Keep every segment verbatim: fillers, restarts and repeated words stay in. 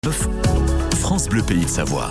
France Bleu Pays de Savoie.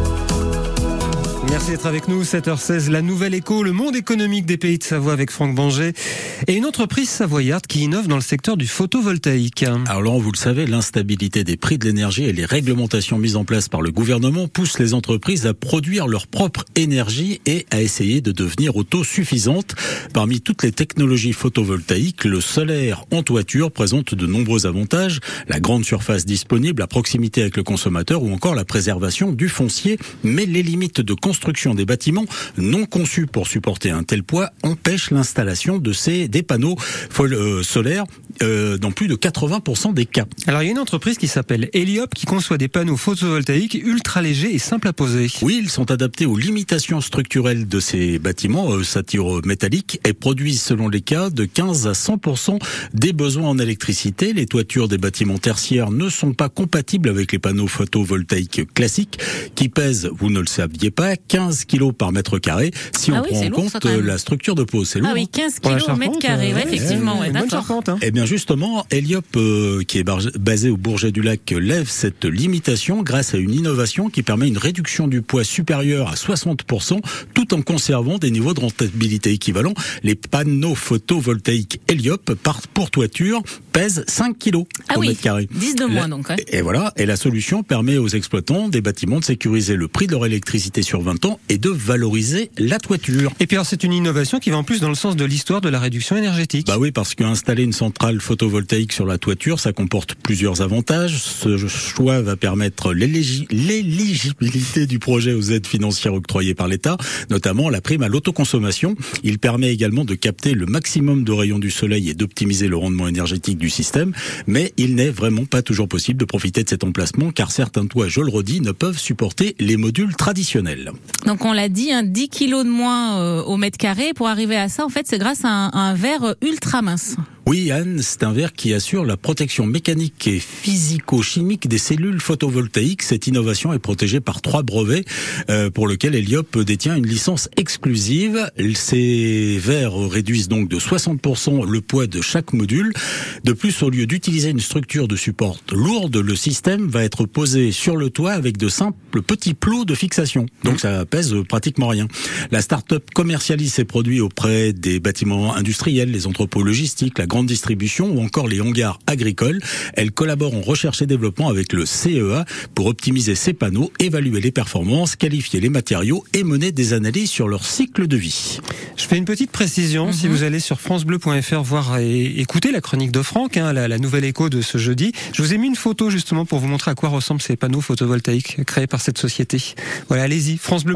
Merci d'être avec nous, sept heures seize, la Nouvelle Écho, le monde économique des Pays de Savoie avec Franck Banger et une entreprise savoyarde qui innove dans le secteur du photovoltaïque. Alors Laurent, vous le savez, l'instabilité des prix de l'énergie et les réglementations mises en place par le gouvernement poussent les entreprises à produire leur propre énergie et à essayer de devenir autosuffisantes. Parmi toutes les technologies photovoltaïques, le solaire en toiture présente de nombreux avantages, la grande surface disponible, la proximité avec le consommateur ou encore la préservation du foncier, mais les limites de construction des bâtiments non conçus pour supporter un tel poids empêchent l'installation de ces des panneaux euh, solaires euh, dans plus de quatre-vingts pour cent des cas. Alors il y a une entreprise qui s'appelle Heliop qui conçoit des panneaux photovoltaïques ultra légers et simples à poser. Oui, ils sont adaptés aux limitations structurelles de ces bâtiments euh, satiro-métalliques et produisent selon les cas de quinze à cent pour cent des besoins en électricité. Les toitures des bâtiments tertiaires ne sont pas compatibles avec les panneaux photovoltaïques classiques qui pèsent, vous ne le saviez pas, quinze kilos par mètre carré si ah on oui, prend en lourd, compte la structure de pose. C'est lourd. Ah oui, quinze kilos au mètre carré, ouais, effectivement. Ouais, une bonne charpente. Hein. Eh bien justement, Heliop, euh, qui est basé au Bourget du Lac, lève cette limitation grâce à une innovation qui permet une réduction du poids supérieur à soixante pour cent tout en conservant des niveaux de rentabilité équivalents. Les panneaux photovoltaïques Heliop par pour toiture pèsent cinq kilos ah au oui, mètre carré. dix de moins la, donc. Ouais. Et voilà, et la solution permet aux exploitants des bâtiments de sécuriser le prix de leur électricité sur vingt ans et de valoriser la toiture. Et puis alors c'est une innovation qui va en plus dans le sens de l'histoire de la réduction énergétique. Bah oui, parce qu'installer une centrale photovoltaïque sur la toiture, ça comporte plusieurs avantages. Ce choix va permettre l'éligibilité du projet aux aides financières octroyées par l'État, notamment la prime à l'autoconsommation. Il permet également de capter le maximum de rayons du soleil et d'optimiser le rendement énergétique du système, mais il n'est vraiment pas toujours possible de profiter de cet emplacement car certains toits, je le redis, ne peuvent supporter les modules traditionnels. Donc on l'a dit, hein, dix kilos de moins euh, au mètre carré. Pour arriver à ça, en fait, c'est grâce à un, à un verre ultra mince. Oui, Anne, c'est un verre qui assure la protection mécanique et physico-chimique des cellules photovoltaïques. Cette innovation est protégée par trois brevets euh, pour lesquels Heliop détient une licence exclusive. Ces verres réduisent donc de soixante pour cent le poids de chaque module. De plus, au lieu d'utiliser une structure de support lourde, le système va être posé sur le toit avec de simples petits plots de fixation. Donc ça pèse pratiquement rien. La start-up commercialise ses produits auprès des bâtiments industriels, les entrepôts logistiques, la grande distribution ou encore les hangars agricoles. Elle collabore en recherche et développement avec le C E A pour optimiser ses panneaux, évaluer les performances, qualifier les matériaux et mener des analyses sur leur cycle de vie. Je fais une petite précision. Mm-hmm. Si vous allez sur francebleu point fr voir et écouter la chronique de Franck, hein, la, la Nouvelle Écho de ce jeudi, je vous ai mis une photo justement pour vous montrer à quoi ressemblent ces panneaux photovoltaïques créés par cette société. Voilà, allez-y, France Bleu.